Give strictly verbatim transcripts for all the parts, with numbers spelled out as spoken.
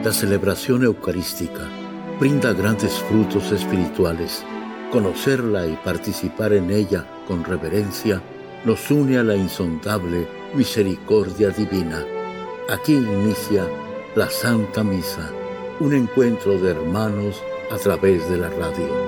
La celebración eucarística brinda grandes frutos espirituales. Conocerla y participar en ella con reverencia nos une a la insondable misericordia divina. Aquí inicia la Santa Misa, un encuentro de hermanos a través de la radio.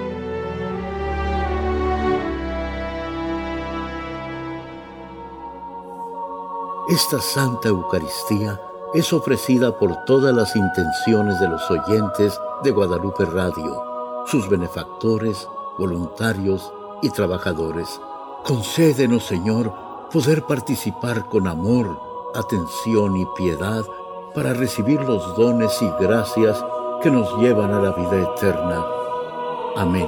Esta Santa Eucaristía es ofrecida por todas las intenciones de los oyentes de Guadalupe Radio, sus benefactores, voluntarios y trabajadores. Concédenos, Señor, poder participar con amor, atención y piedad para recibir los dones y gracias que nos llevan a la vida eterna. Amén.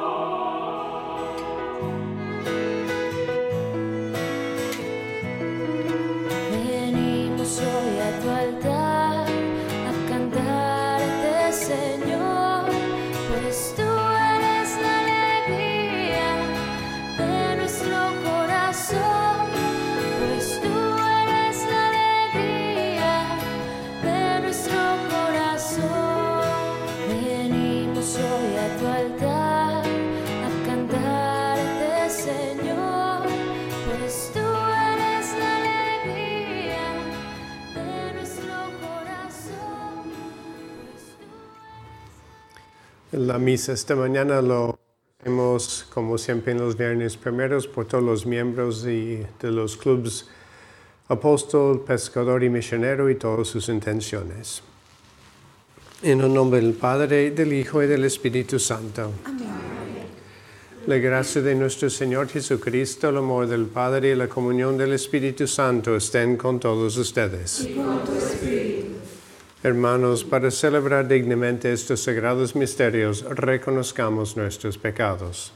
La misa esta mañana lo hacemos, como siempre en los viernes primeros, por todos los miembros y de los clubes Apóstol, Pescador y Misionero y todas sus intenciones. En el nombre del Padre, del Hijo y del Espíritu Santo. Amén. La gracia de nuestro Señor Jesucristo, el amor del Padre y la comunión del Espíritu Santo estén con todos ustedes. Y con tu espíritu. Hermanos, para celebrar dignamente estos sagrados misterios, reconozcamos nuestros pecados.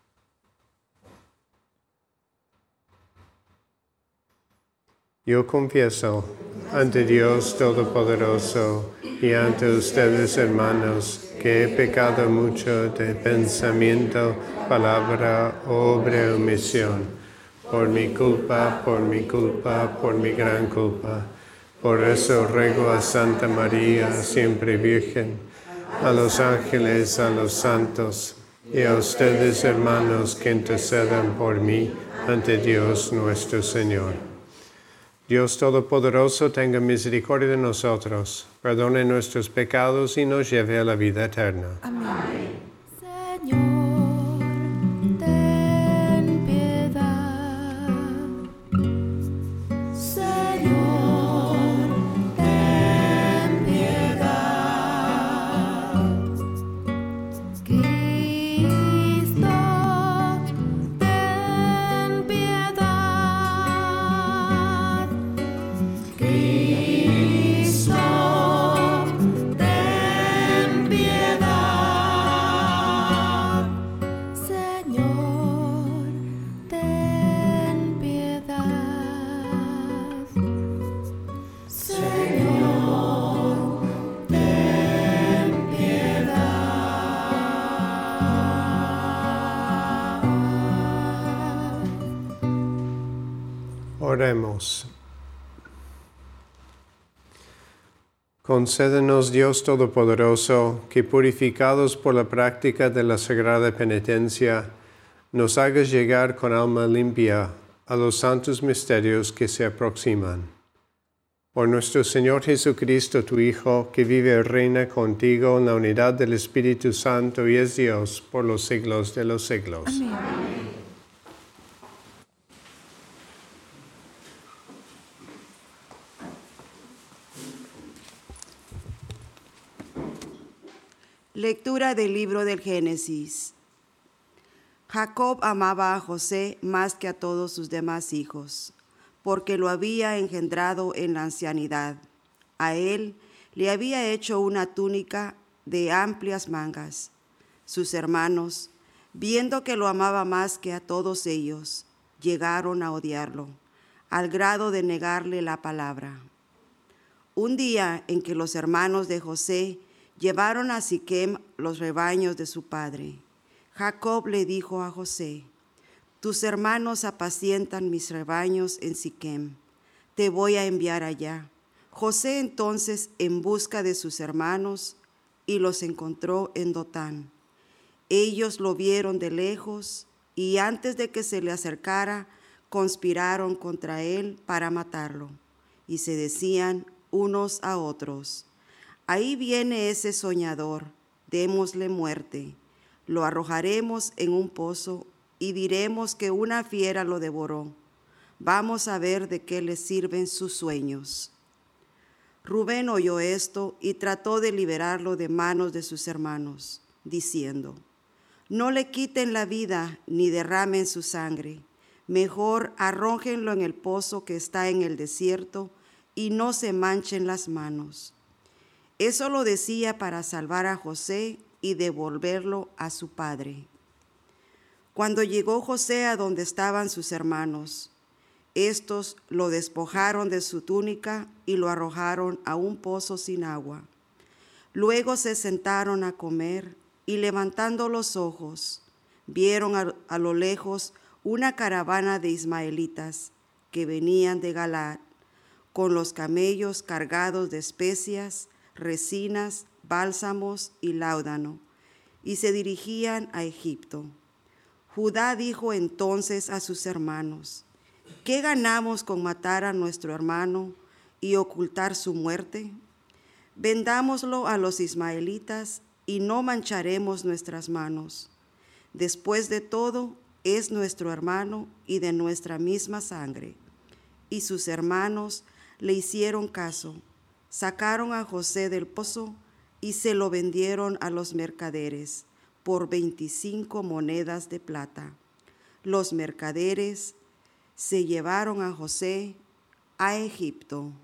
Yo confieso ante Dios Todopoderoso y ante ustedes, hermanos, que he pecado mucho de pensamiento, palabra, obra o omisión, por mi culpa, por mi culpa, por mi gran culpa. Por eso ruego a Santa María, siempre Virgen, a los ángeles, a los santos, y a ustedes, hermanos, que intercedan por mí ante Dios nuestro Señor. Dios Todopoderoso tenga misericordia de nosotros, perdone nuestros pecados y nos lleve a la vida eterna. Amén. Señor. Oremos. Concédenos, Dios Todopoderoso, que purificados por la práctica de la sagrada penitencia, nos hagas llegar con alma limpia a los santos misterios que se aproximan. Por nuestro Señor Jesucristo, tu Hijo, que vive y reina contigo en la unidad del Espíritu Santo y es Dios por los siglos de los siglos. Amén. Lectura del libro del Génesis. Jacob amaba a José más que a todos sus demás hijos, porque lo había engendrado en la ancianidad. A él le había hecho una túnica de amplias mangas. Sus hermanos, viendo que lo amaba más que a todos ellos, llegaron a odiarlo, al grado de negarle la palabra. Un día en que los hermanos de José llevaron a Siquem los rebaños de su padre, Jacob le dijo a José: tus hermanos apacientan mis rebaños en Siquem. Te voy a enviar allá, José entonces, en busca de sus hermanos, y los encontró en Dotán. Ellos lo vieron de lejos, y antes de que se le acercara, conspiraron contra él para matarlo, y se decían unos a otros: ahí viene ese soñador, démosle muerte, lo arrojaremos en un pozo y diremos que una fiera lo devoró. Vamos a ver de qué le sirven sus sueños. Rubén oyó esto y trató de liberarlo de manos de sus hermanos, diciendo: no le quiten la vida ni derramen su sangre, mejor arrójenlo en el pozo que está en el desierto y no se manchen las manos. Eso lo decía para salvar a José y devolverlo a su padre. Cuando llegó José a donde estaban sus hermanos, estos lo despojaron de su túnica y lo arrojaron a un pozo sin agua. Luego se sentaron a comer y, levantando los ojos, vieron a, a lo lejos una caravana de ismaelitas que venían de Galaad, con los camellos cargados de especias, resinas, bálsamos y láudano, y se dirigían a Egipto. Judá dijo entonces a sus hermanos: ¿qué ganamos con matar a nuestro hermano y ocultar su muerte? Vendámoslo a los ismaelitas y no mancharemos nuestras manos. Después de todo, es nuestro hermano y de nuestra misma sangre. Y sus hermanos le hicieron caso, sacaron a José del pozo y se lo vendieron a los mercaderes por veinticinco monedas de plata. Los mercaderes se llevaron a José a Egipto.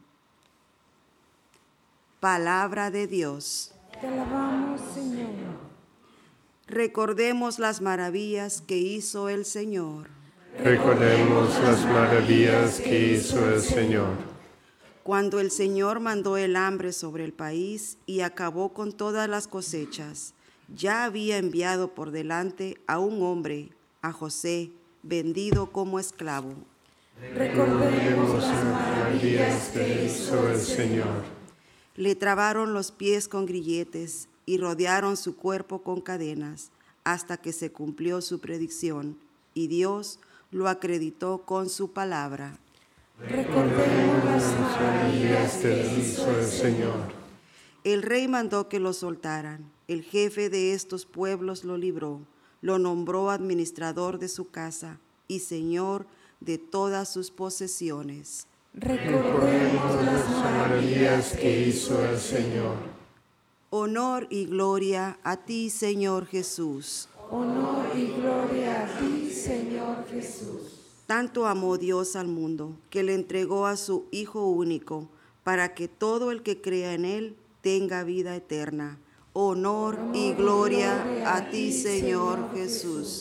Palabra de Dios. Te alabamos, Señor. Recordemos las maravillas que hizo el Señor. Recordemos las maravillas que hizo el Señor. Cuando el Señor mandó el hambre sobre el país y acabó con todas las cosechas, ya había enviado por delante a un hombre, a José, vendido como esclavo. Recordemos las maravillas que hizo el Señor. Le trabaron los pies con grilletes y rodearon su cuerpo con cadenas hasta que se cumplió su predicción, y Dios lo acreditó con su palabra. Recordemos las maravillas que hizo el Señor. El rey mandó que lo soltaran. El jefe de estos pueblos lo libró, lo nombró administrador de su casa y señor de todas sus posesiones. Recordemos las maravillas que hizo el Señor. Honor y gloria a ti, Señor Jesús. Honor y gloria a ti, Señor Jesús. Tanto amó Dios al mundo, que le entregó a su Hijo único, para que todo el que crea en él tenga vida eterna. Honor, Honor y gloria, gloria a ti, Señor, Señor Jesús. Jesús.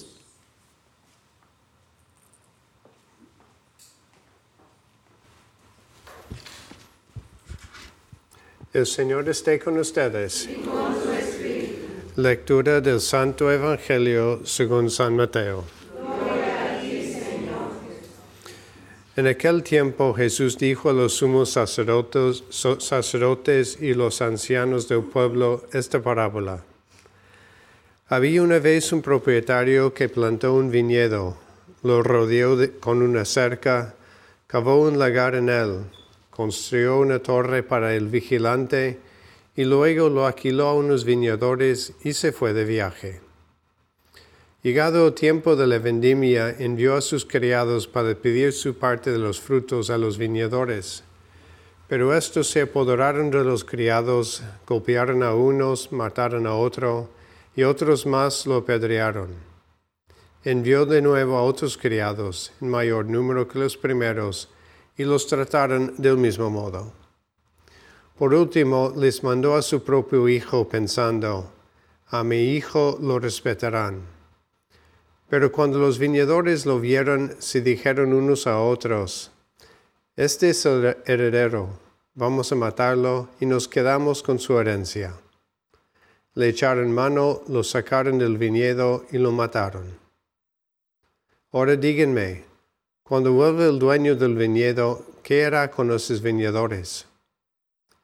El Señor esté con ustedes. Y con su espíritu. Lectura del Santo Evangelio según San Mateo. Gloria a ti, Señor. En aquel tiempo Jesús dijo a los sumos sacerdotes, sacerdotes y los ancianos del pueblo esta parábola. Había una vez un propietario que plantó un viñedo, lo rodeó de, con una cerca, cavó un lagar en él, construyó una torre para el vigilante y luego lo alquiló a unos viñadores y se fue de viaje. Llegado el tiempo de la vendimia, envió a sus criados para pedir su parte de los frutos a los viñadores. Pero estos se apoderaron de los criados, golpearon a unos, mataron a otro, y otros más lo apedrearon. Envió de nuevo a otros criados, en mayor número que los primeros, y los trataron del mismo modo. Por último, les mandó a su propio hijo, pensando: a mi hijo lo respetarán. Pero cuando los viñadores lo vieron, se dijeron unos a otros: este es el heredero, vamos a matarlo y nos quedamos con su herencia. Le echaron mano, lo sacaron del viñedo y lo mataron. Ahora díganme, cuando vuelva el dueño del viñedo, ¿qué hará con esos viñadores?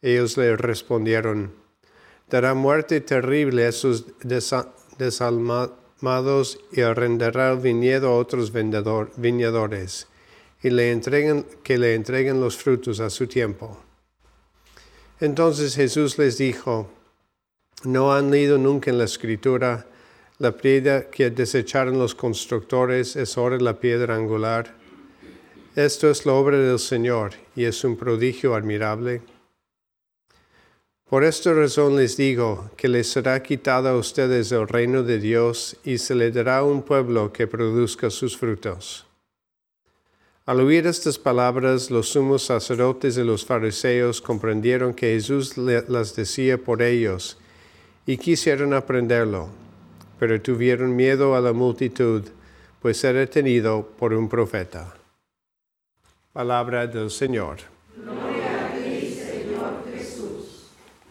Ellos le respondieron, dará muerte terrible a esos desalmados y arrendará el viñedo a otros vendedor, viñadores, y le entreguen, que le entreguen los frutos a su tiempo. Entonces Jesús les dijo, ¿no han leído nunca en la Escritura, la piedra que desecharon los constructores es ahora la piedra angular? Esto es la obra del Señor, y es un prodigio admirable. Por esta razón les digo que les será quitado a ustedes el reino de Dios y se le dará un pueblo que produzca sus frutos. Al oír estas palabras, los sumos sacerdotes y los fariseos comprendieron que Jesús las decía por ellos y quisieron aprenderlo, pero tuvieron miedo a la multitud, pues era tenido por un profeta. Palabra del Señor. Gloria a ti, Señor Jesús.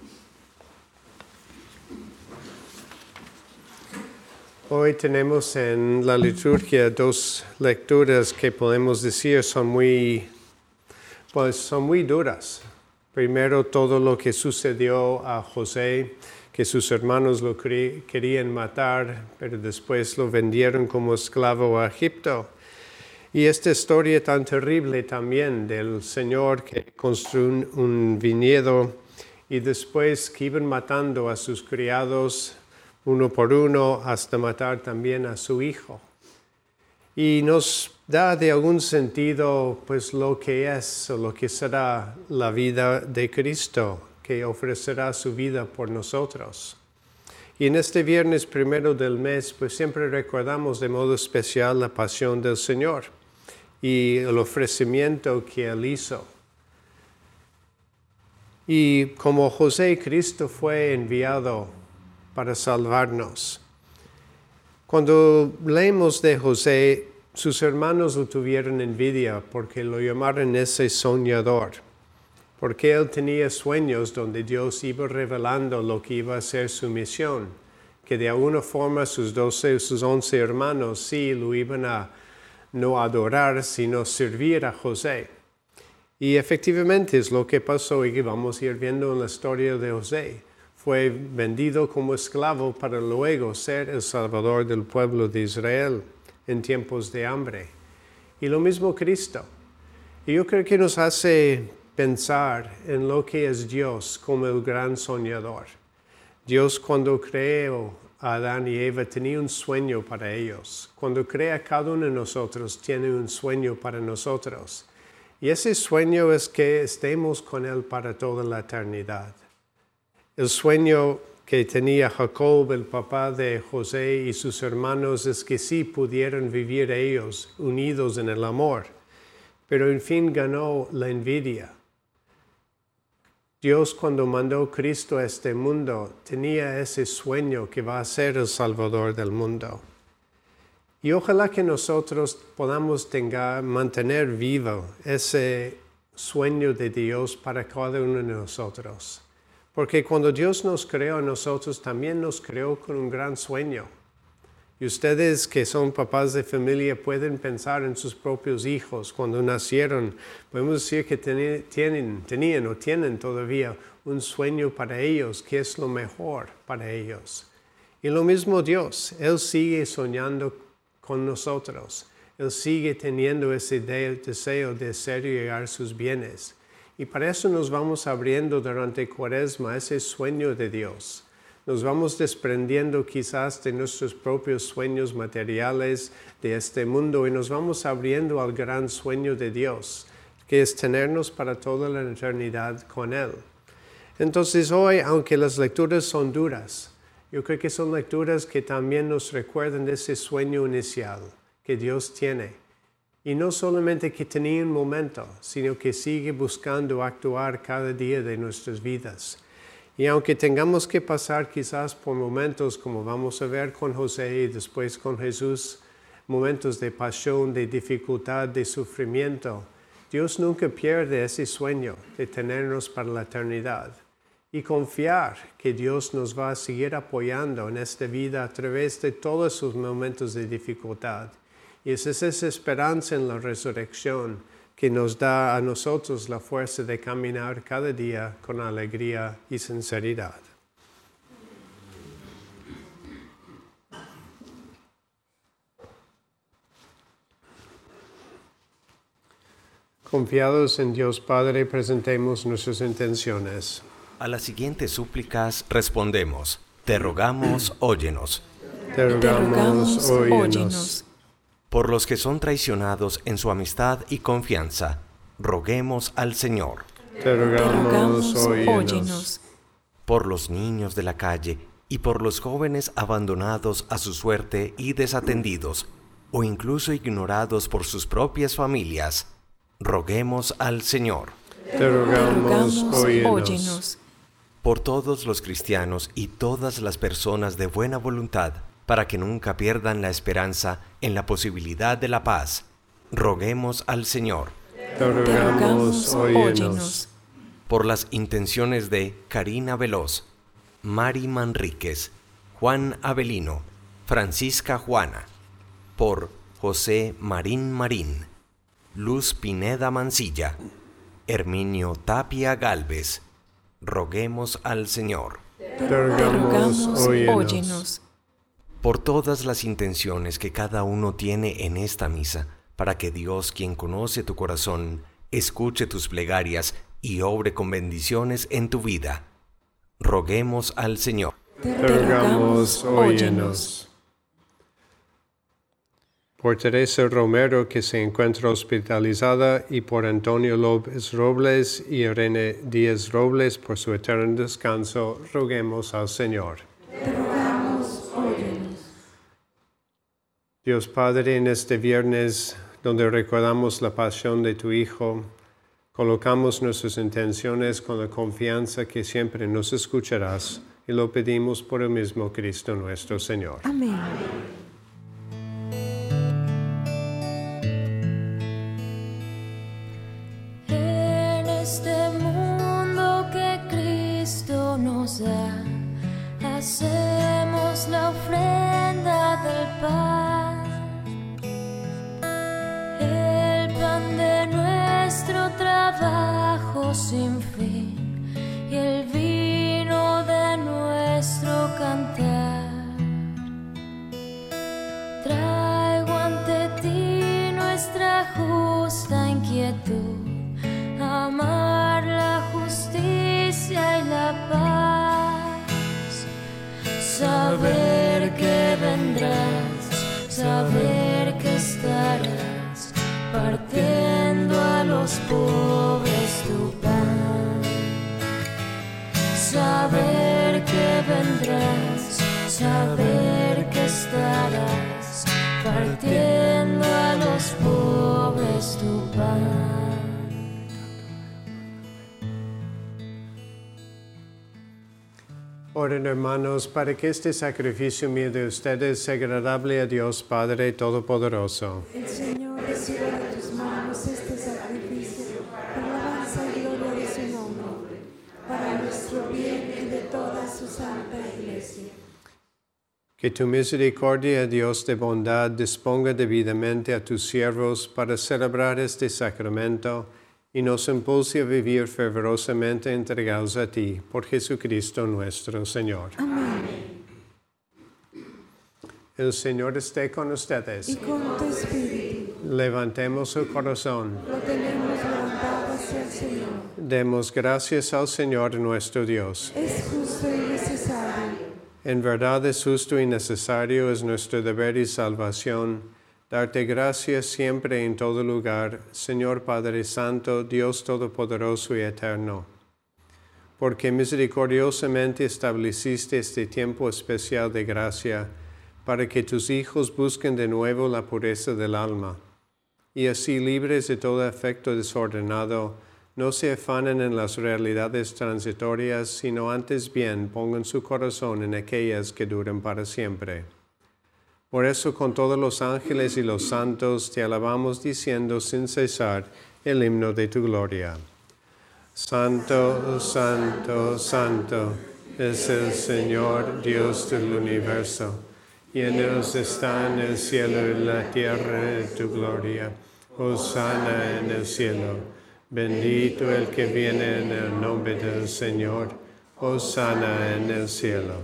Hoy tenemos en la liturgia dos lecturas que podemos decir son muy, pues son muy duras. Primero, todo lo que sucedió a José, que sus hermanos lo querían matar, pero después lo vendieron como esclavo a Egipto. Y esta historia tan terrible también del Señor que construyó un, un viñedo y después que iban matando a sus criados uno por uno hasta matar también a su hijo. Y nos da de algún sentido pues lo que es o lo que será la vida de Cristo, que ofrecerá su vida por nosotros. Y en este viernes primero del mes pues siempre recordamos de modo especial la pasión del Señor y el ofrecimiento que Él hizo. Y como José, Cristo fue enviado para salvarnos. Cuando leemos de José, sus hermanos lo tuvieron envidia porque lo llamaron ese soñador, porque él tenía sueños donde Dios iba revelando lo que iba a ser su misión, que de alguna forma sus doce, sus once hermanos sí lo iban a no adorar, sino servir a José. Y efectivamente es lo que pasó y que vamos a ir viendo en la historia de José. Fue vendido como esclavo para luego ser el salvador del pueblo de Israel en tiempos de hambre. Y lo mismo Cristo. Y yo creo que nos hace pensar en lo que es Dios como el gran soñador. Dios cuando creó a Adán y Eva tenía un sueño para ellos. Cuando crea a cada uno de nosotros tiene un sueño para nosotros. Y ese sueño es que estemos con Él para toda la eternidad. El sueño que tenía Jacob, el papá de José y sus hermanos, es que sí pudieran vivir ellos unidos en el amor. Pero en fin ganó la envidia. Dios cuando mandó a Cristo a este mundo tenía ese sueño que va a ser el Salvador del mundo. Y ojalá que nosotros podamos tengar, mantener vivo ese sueño de Dios para cada uno de nosotros. Porque cuando Dios nos creó a nosotros, también nos creó con un gran sueño. Y ustedes que son papás de familia pueden pensar en sus propios hijos. Cuando nacieron, podemos decir que ten, tienen, tenían o tienen todavía un sueño para ellos, que es lo mejor para ellos. Y lo mismo Dios, Él sigue soñando con nosotros. Él sigue teniendo ese deseo de hacer llegar sus bienes. Y para eso nos vamos abriendo durante Cuaresma ese sueño de Dios. Nos vamos desprendiendo quizás de nuestros propios sueños materiales de este mundo y nos vamos abriendo al gran sueño de Dios, que es tenernos para toda la eternidad con Él. Entonces hoy, aunque las lecturas son duras, yo creo que son lecturas que también nos recuerdan de ese sueño inicial que Dios tiene. Y no solamente que tenía un momento, sino que sigue buscando actuar cada día de nuestras vidas. Y aunque tengamos que pasar quizás por momentos como vamos a ver con José y después con Jesús, momentos de pasión, de dificultad, de sufrimiento, Dios nunca pierde ese sueño de tenernos para la eternidad. Y confiar que Dios nos va a seguir apoyando en esta vida a través de todos sus momentos de dificultad. Y es esa esperanza en la resurrección que nos da a nosotros la fuerza de caminar cada día con alegría y sinceridad. Confiados en Dios Padre, presentemos nuestras intenciones. A las siguientes súplicas respondemos: te rogamos, óyenos. Te rogamos, óyenos. Por los que son traicionados en su amistad y confianza, roguemos al Señor. Te rogamos, óyenos. Por los niños de la calle y por los jóvenes abandonados a su suerte y desatendidos, o incluso ignorados por sus propias familias, roguemos al Señor. Te rogamos, óyenos. Por todos los cristianos y todas las personas de buena voluntad, para que nunca pierdan la esperanza en la posibilidad de la paz, roguemos al Señor. Te rogamos, óyenos. Por las intenciones de Karina Veloz, Mari Manríquez, Juan Avelino, Francisca Juana, por José Marín Marín, Luz Pineda Mancilla, Herminio Tapia Galvez, roguemos al Señor. Te rogamos, óyenos. Por todas las intenciones que cada uno tiene en esta misa, para que Dios, quien conoce tu corazón, escuche tus plegarias y obre con bendiciones en tu vida, roguemos al Señor. Te rogamos, óyenos. Por Teresa Romero, que se encuentra hospitalizada, y por Antonio López Robles y Irene Díaz Robles, por su eterno descanso, roguemos al Señor. Te rogamos, óyenos. Dios Padre, en este viernes, donde recordamos la pasión de tu Hijo, colocamos nuestras intenciones con la confianza que siempre nos escucharás, y lo pedimos por el mismo Cristo nuestro Señor. Amén. Hacemos la ofrenda del pan, el pan de nuestro trabajo sin fin y el vino de nuestro cantar. Traigo ante ti nuestra justa inquietud, amar la justicia y la paz. Saber que vendrás, saber que estarás, partiendo a los pobres tu pan. Saber que vendrás, saber que estarás, partiendo a los pobres tu pan. Oren, hermanos, para que este sacrificio mío de ustedes sea agradable a Dios Padre Todopoderoso. El Señor reciba de tus manos este sacrificio para la alabanza y gloria de su nombre, para nuestro bien y de toda su santa Iglesia. Que tu misericordia, Dios de bondad, disponga debidamente a tus siervos para celebrar este sacramento y nos impulse a vivir fervorosamente entregados a ti, por Jesucristo nuestro Señor. Amén. El Señor esté con ustedes. Y con tu espíritu. Levantemos el corazón. Lo tenemos levantado hacia el Señor. Demos gracias al Señor nuestro Dios. Es justo y necesario. En verdad es justo y necesario, es nuestro deber y salvación, darte gracias siempre en todo lugar, Señor Padre Santo, Dios Todopoderoso y Eterno, porque misericordiosamente estableciste este tiempo especial de gracia para que tus hijos busquen de nuevo la pureza del alma, y así libres de todo afecto desordenado, no se afanen en las realidades transitorias, sino antes bien pongan su corazón en aquellas que duran para siempre. Por eso con todos los ángeles y los santos te alabamos diciendo sin cesar el himno de tu gloria. Santo, santo, santo es el Señor Dios del universo. Llenos están el cielo y la tierra de tu gloria. Hosana en el cielo. Bendito el que viene en el nombre del Señor. Hosana en el cielo.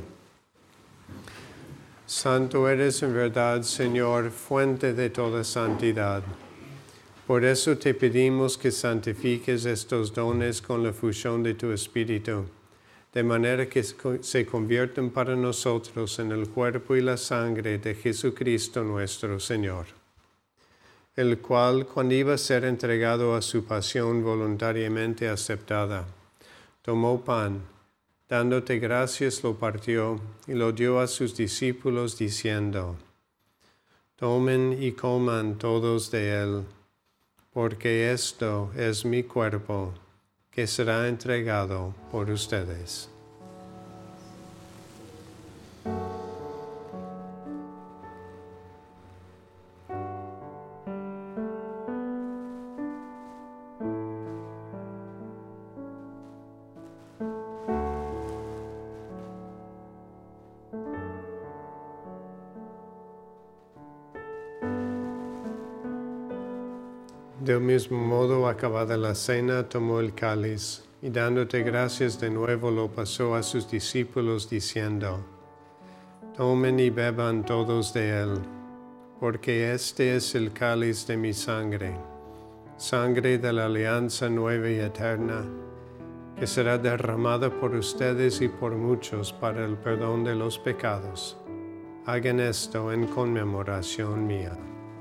Santo eres en verdad, Señor, fuente de toda santidad. Por eso te pedimos que santifiques estos dones con la fusión de tu Espíritu, de manera que se conviertan para nosotros en el cuerpo y la sangre de Jesucristo nuestro Señor, el cual, cuando iba a ser entregado a su pasión voluntariamente aceptada, tomó pan, dándote gracias lo partió y lo dio a sus discípulos diciendo, tomen y coman todos de él, porque esto es mi cuerpo, que será entregado por ustedes. Del mismo modo, acabada la cena, tomó el cáliz, y dándote gracias de nuevo lo pasó a sus discípulos, diciendo, tomen y beban todos de él, porque este es el cáliz de mi sangre, sangre de la alianza nueva y eterna, que será derramada por ustedes y por muchos para el perdón de los pecados. Hagan esto en conmemoración mía.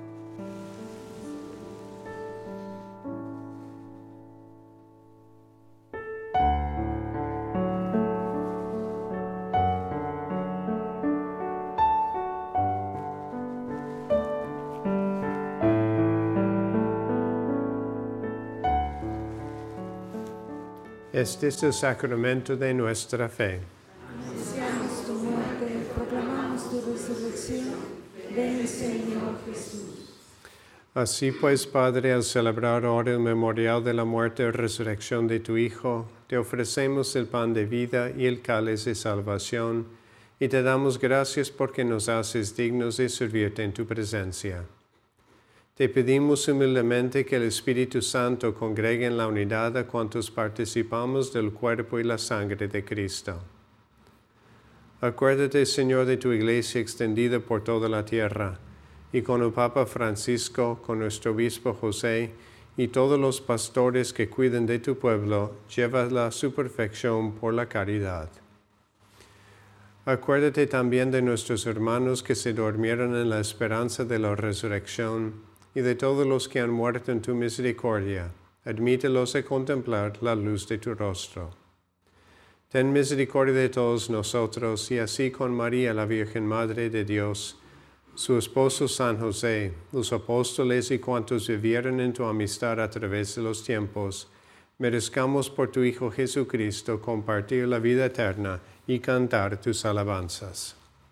Este es el sacramento de nuestra fe. Anunciamos tu muerte, proclamamos tu resurrección. Ven, Señor Jesús. Así pues, Padre, al celebrar ahora el memorial de la muerte y resurrección de tu Hijo, te ofrecemos el pan de vida y el cáliz de salvación, y te damos gracias porque nos haces dignos de servirte en tu presencia. Te pedimos humildemente que el Espíritu Santo congregue en la unidad a cuantos participamos del cuerpo y la sangre de Cristo. Acuérdate, Señor, de tu Iglesia extendida por toda la tierra, y con el Papa Francisco, con nuestro Obispo José, y todos los pastores que cuiden de tu pueblo, llévala a su perfección por la caridad. Acuérdate también de nuestros hermanos que se durmieron en la esperanza de la resurrección, y de todos los que han muerto en tu misericordia, admítelos a contemplar la luz de tu rostro. Ten misericordia de todos nosotros, y así con María, la Virgen Madre de Dios, su esposo San José, los apóstoles y cuantos vivieron en tu amistad a través de los tiempos, merezcamos por tu Hijo Jesucristo compartir la vida eterna y cantar tus alabanzas.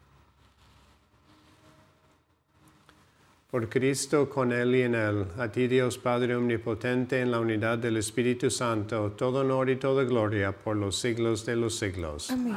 Por Cristo, con Él y en Él, a ti Dios Padre Omnipotente, en la unidad del Espíritu Santo, todo honor y toda gloria por los siglos de los siglos. Amén.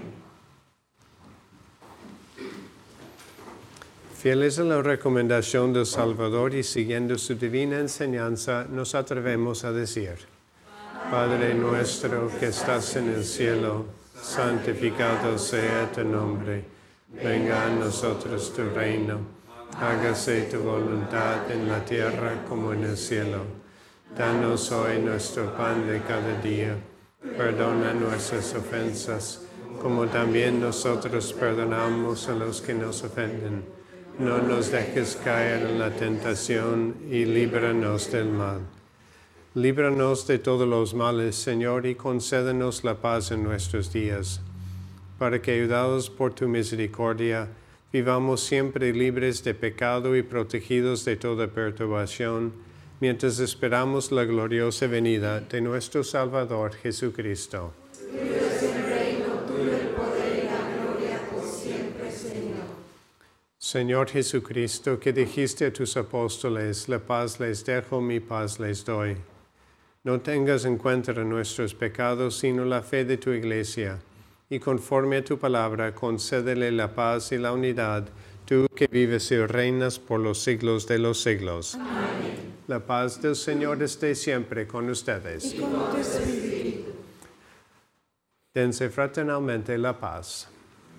Fieles a la recomendación del Salvador y siguiendo su divina enseñanza, nos atrevemos a decir, Padre nuestro que estás en el cielo, santificado sea tu nombre. Venga a nosotros tu reino. Hágase tu voluntad en la tierra como en el cielo. Danos hoy nuestro pan de cada día. Perdona nuestras ofensas, como también nosotros perdonamos a los que nos ofenden. No nos dejes caer en la tentación y líbranos del mal. Líbranos de todos los males, Señor, y concédenos la paz en nuestros días, para que, ayudados por tu misericordia, vivamos siempre libres de pecado y protegidos de toda perturbación, mientras esperamos la gloriosa venida de nuestro Salvador Jesucristo. Tuyo es el reino, tuyo el poder y la gloria por siempre, Señor. Señor Jesucristo, que dijiste a tus apóstoles, la paz les dejo, mi paz les doy. No tengas en cuenta nuestros pecados, sino la fe de tu Iglesia, y conforme a tu palabra, concédele la paz y la unidad, tú que vives y reinas por los siglos de los siglos. Amén. La paz del Señor esté siempre con ustedes. Y con tu espíritu. Dense fraternalmente la paz.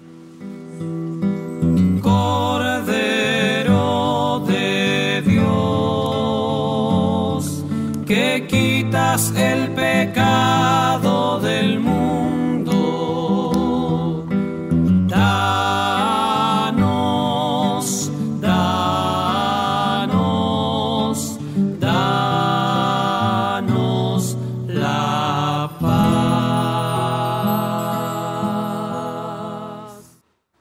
Cordero de Dios, que quitas el pecado del mundo, danos, danos, danos la paz.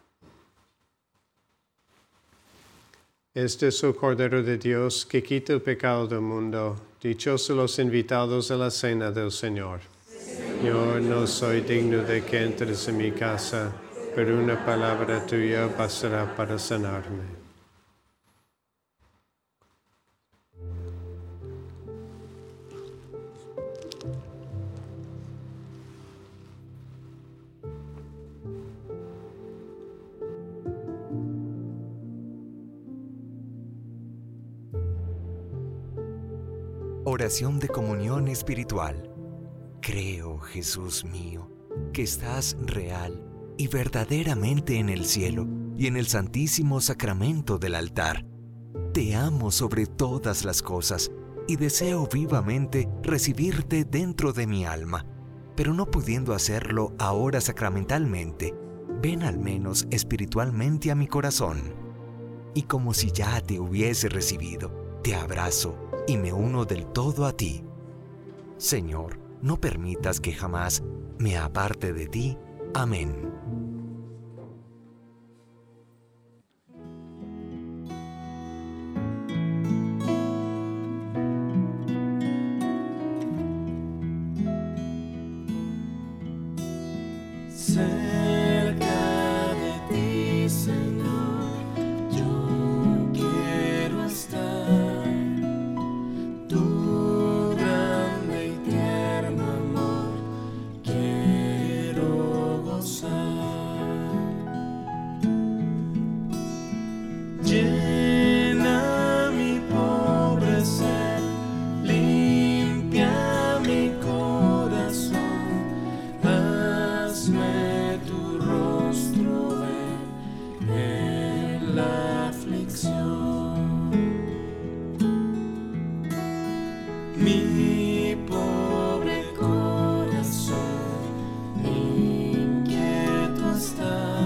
Este es el Cordero de Dios que quita el pecado del mundo. Dichosos los invitados a la cena del Señor. Yo no soy digno de que entres en mi casa, pero una palabra tuya bastará para sanarme. Oración de comunión espiritual. Creo, Jesús mío, que estás real y verdaderamente en el cielo y en el santísimo sacramento del altar. Te amo sobre todas las cosas y deseo vivamente recibirte dentro de mi alma, pero no pudiendo hacerlo ahora sacramentalmente, ven al menos espiritualmente a mi corazón. Y como si ya te hubiese recibido, te abrazo y me uno del todo a ti. Señor, no permitas que jamás me aparte de ti. Amén. Cerca de ti, Señor, yo quiero estar. Tu grande y tierno amor quiero gozar. Llena mi pobre ser, limpia mi corazón, hazme tu rostro ver en la aflicción. Mi pobre corazón inquieto está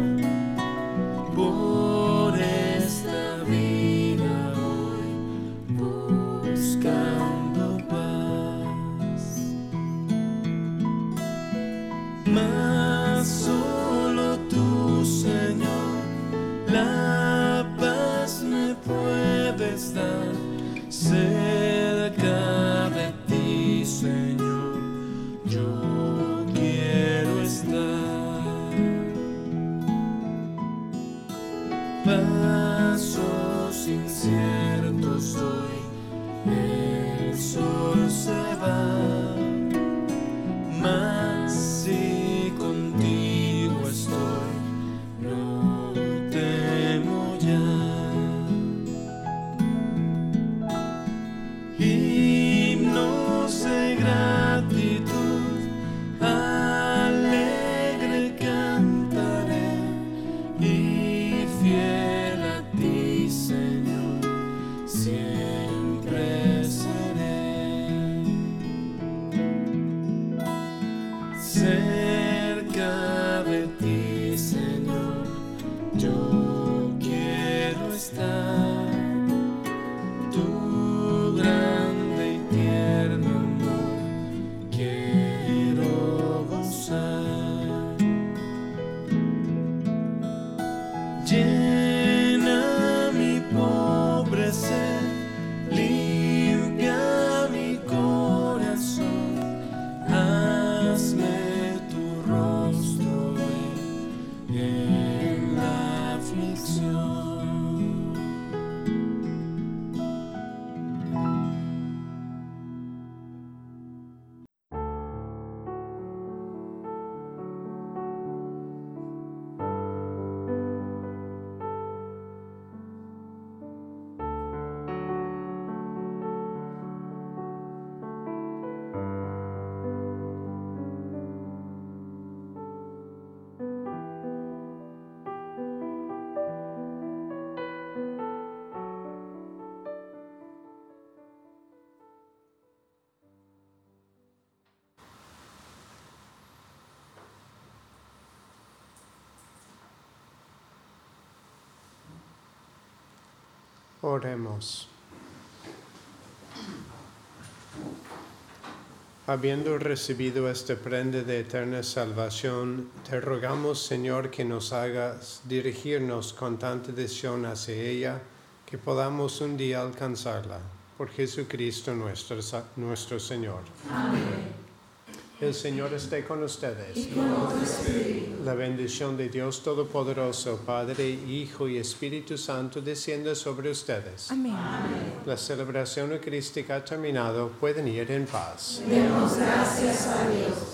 por esta vida hoy, buscando paz. Mas solo tú, Señor, la paz me puedes dar. Cerca de ti, Señor, yo quiero estar. Pasos inciertos hoy, el sol se va, mas si contigo estoy, no temo ya. Himnos de gratitud, alegre cantaré, y fiel a ti, Señor, siempre seré. Cerca de ti, Señor, yo quiero estar. Tu grande y tierno amor quiero gozar. Llena mi pobre ser, limpia mi corazón, hazme tu Oremos. Habiendo recibido esta prenda de eterna salvación, te rogamos, Señor, que nos hagas dirigirnos con tanta decisión hacia ella, que podamos un día alcanzarla. Por Jesucristo nuestro, nuestro Señor. Amén. El Señor esté con ustedes. Y con tu espíritu. La bendición de Dios Todopoderoso, Padre, Hijo y Espíritu Santo, descienda sobre ustedes. Amén. La celebración eucarística ha terminado. Pueden ir en paz. Demos gracias a Dios.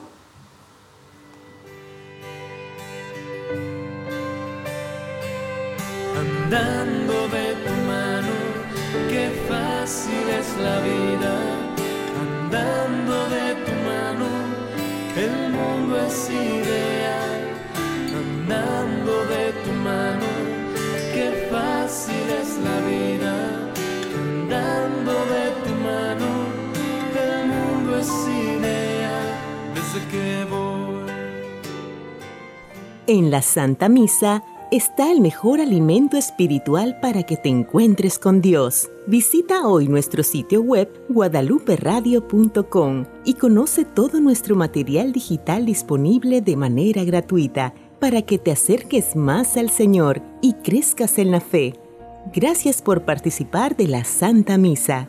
Andando de tu mano, qué fácil es la vida. Andando de tu mano, el mundo es ideal. Andando de tu mano, qué fácil es la vida. Andando de tu mano, el mundo es ideal. Desde que voy. En la Santa Misa está el mejor alimento espiritual para que te encuentres con Dios. Visita hoy nuestro sitio web guadalupe radio punto com y conoce todo nuestro material digital disponible de manera gratuita para que te acerques más al Señor y crezcas en la fe. Gracias por participar de la Santa Misa.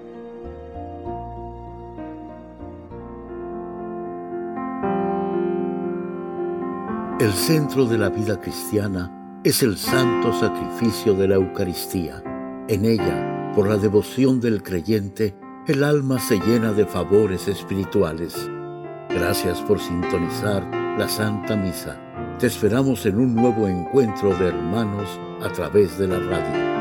El centro de la vida cristiana es el santo sacrificio de la Eucaristía. En ella, por la devoción del creyente, el alma se llena de favores espirituales. Gracias por sintonizar la Santa Misa. Te esperamos en un nuevo encuentro de hermanos a través de la radio.